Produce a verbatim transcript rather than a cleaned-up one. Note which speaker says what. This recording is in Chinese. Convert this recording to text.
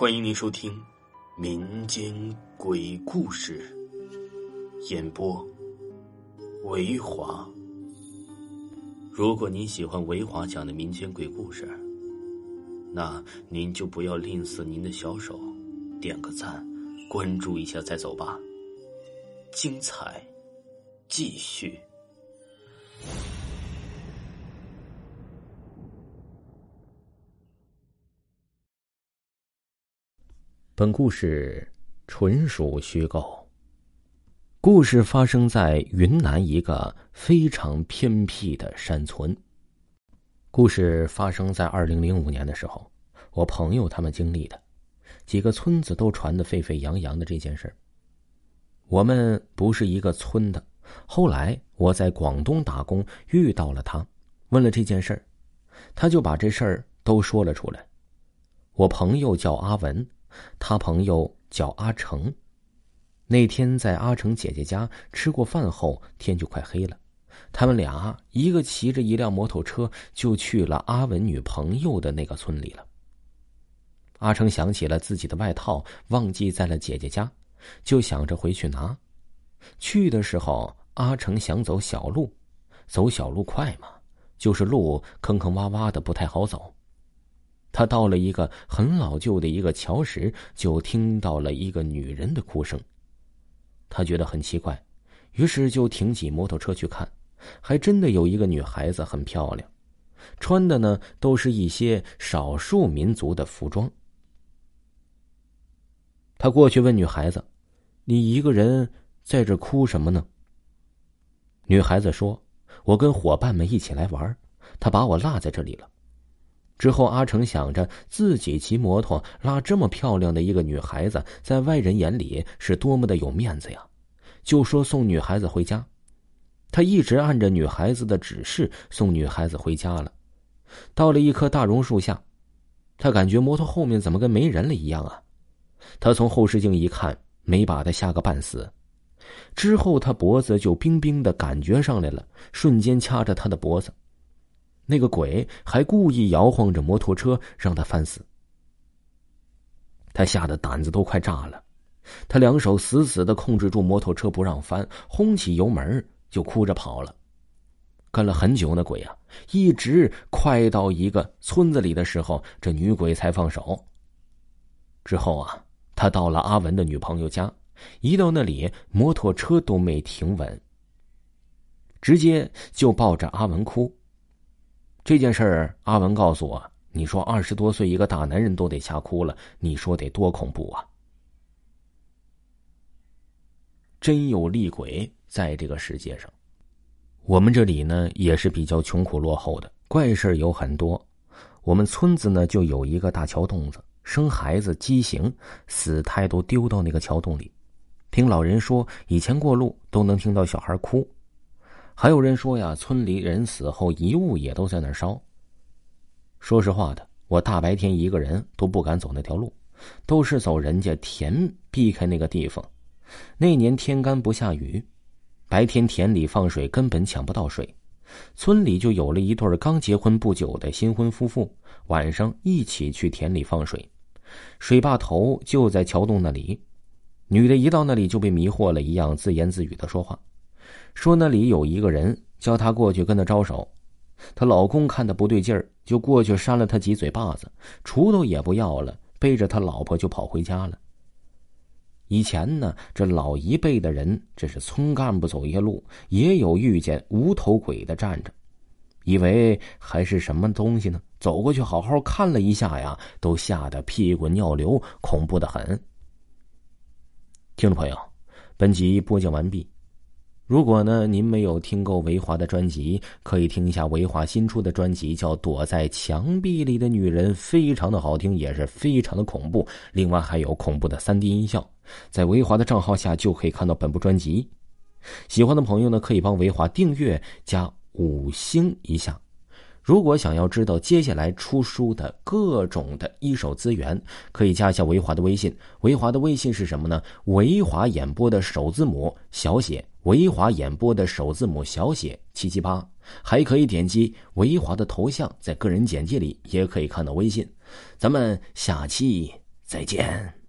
Speaker 1: 欢迎您收听民间鬼故事演播维华。如果您喜欢维华讲的民间鬼故事，那您就不要吝啬您的小手，点个赞，关注一下再走吧。精彩继续。本故事纯属虚构。故事发生在云南一个非常偏僻的山村。故事发生在二零零五年的时候，我朋友他们经历的，几个村子都传得沸沸扬扬的这件事。我们不是一个村的，后来我在广东打工遇到了他，问了这件事，他就把这事儿都说了出来。我朋友叫阿文，他朋友叫阿成。那天在阿成姐姐家吃过饭后，天就快黑了，他们俩一个骑着一辆摩托车就去了阿文女朋友的那个村里了。阿成想起了自己的外套忘记在了姐姐家，就想着回去拿。去的时候阿成想走小路，走小路快嘛，就是路坑坑洼洼的不太好走。他到了一个很老旧的一个桥时，就听到了一个女人的哭声。他觉得很奇怪，于是就停起摩托车去看，还真的有一个女孩子很漂亮，穿的呢都是一些少数民族的服装。他过去问女孩子：“你一个人在这哭什么呢？”女孩子说：“我跟伙伴们一起来玩，他把我落在这里了。”之后阿成想着自己骑摩托拉这么漂亮的一个女孩子，在外人眼里是多么的有面子呀，就说送女孩子回家。他一直按着女孩子的指示送女孩子回家了。到了一棵大榕树下，他感觉摩托后面怎么跟没人了一样啊。他从后视镜一看，没把他吓个半死。之后他脖子就冰冰的感觉上来了，瞬间掐着他的脖子。那个鬼还故意摇晃着摩托车让他翻死。他吓得胆子都快炸了，他两手死死地控制住摩托车不让翻，轰起油门就哭着跑了。跟了很久那鬼啊，一直快到一个村子里的时候，这女鬼才放手。之后啊，他到了阿文的女朋友家，一到那里摩托车都没停稳，直接就抱着阿文哭。这件事儿阿文告诉我，你说二十多岁一个大男人都得吓哭了，你说得多恐怖啊。真有厉鬼在这个世界上。我们这里呢也是比较穷苦落后的，怪事有很多。我们村子呢就有一个大桥洞子，生孩子畸形，死胎都丢到那个桥洞里。听老人说，以前过路都能听到小孩哭。还有人说呀，村里人死后遗物也都在那儿烧。说实话的，我大白天一个人都不敢走那条路，都是走人家田避开那个地方。那年天干不下雨，白天田里放水根本抢不到水。村里就有了一对刚结婚不久的新婚夫妇，晚上一起去田里放水。水坝头就在桥洞那里，女的一到那里就被迷惑了一样，自言自语的说话，说那里有一个人，叫她过去跟他招手。她老公看她不对劲儿，就过去扇了她几嘴巴子，锄头也不要了，背着他老婆就跑回家了。以前呢，这老一辈的人，这是村干部走夜路，也有遇见无头鬼的站着，以为还是什么东西呢，走过去好好看了一下呀，都吓得屁滚尿流，恐怖得很。听众朋友，本集播讲完毕。如果呢您没有听够维华的专辑，可以听一下维华新出的专辑，叫《躲在墙壁里的女人》，非常的好听，也是非常的恐怖。另外还有恐怖的 三 D 音效，在维华的账号下就可以看到本部专辑。喜欢的朋友呢，可以帮维华订阅加五星一下。如果想要知道接下来出书的各种的一手资源，可以加一下维华的微信。维华的微信是什么呢？维华演播的首字母小写，维华演播的首字母小写七七八。还可以点击维华的头像，在个人简介里也可以看到微信。咱们下期再再见。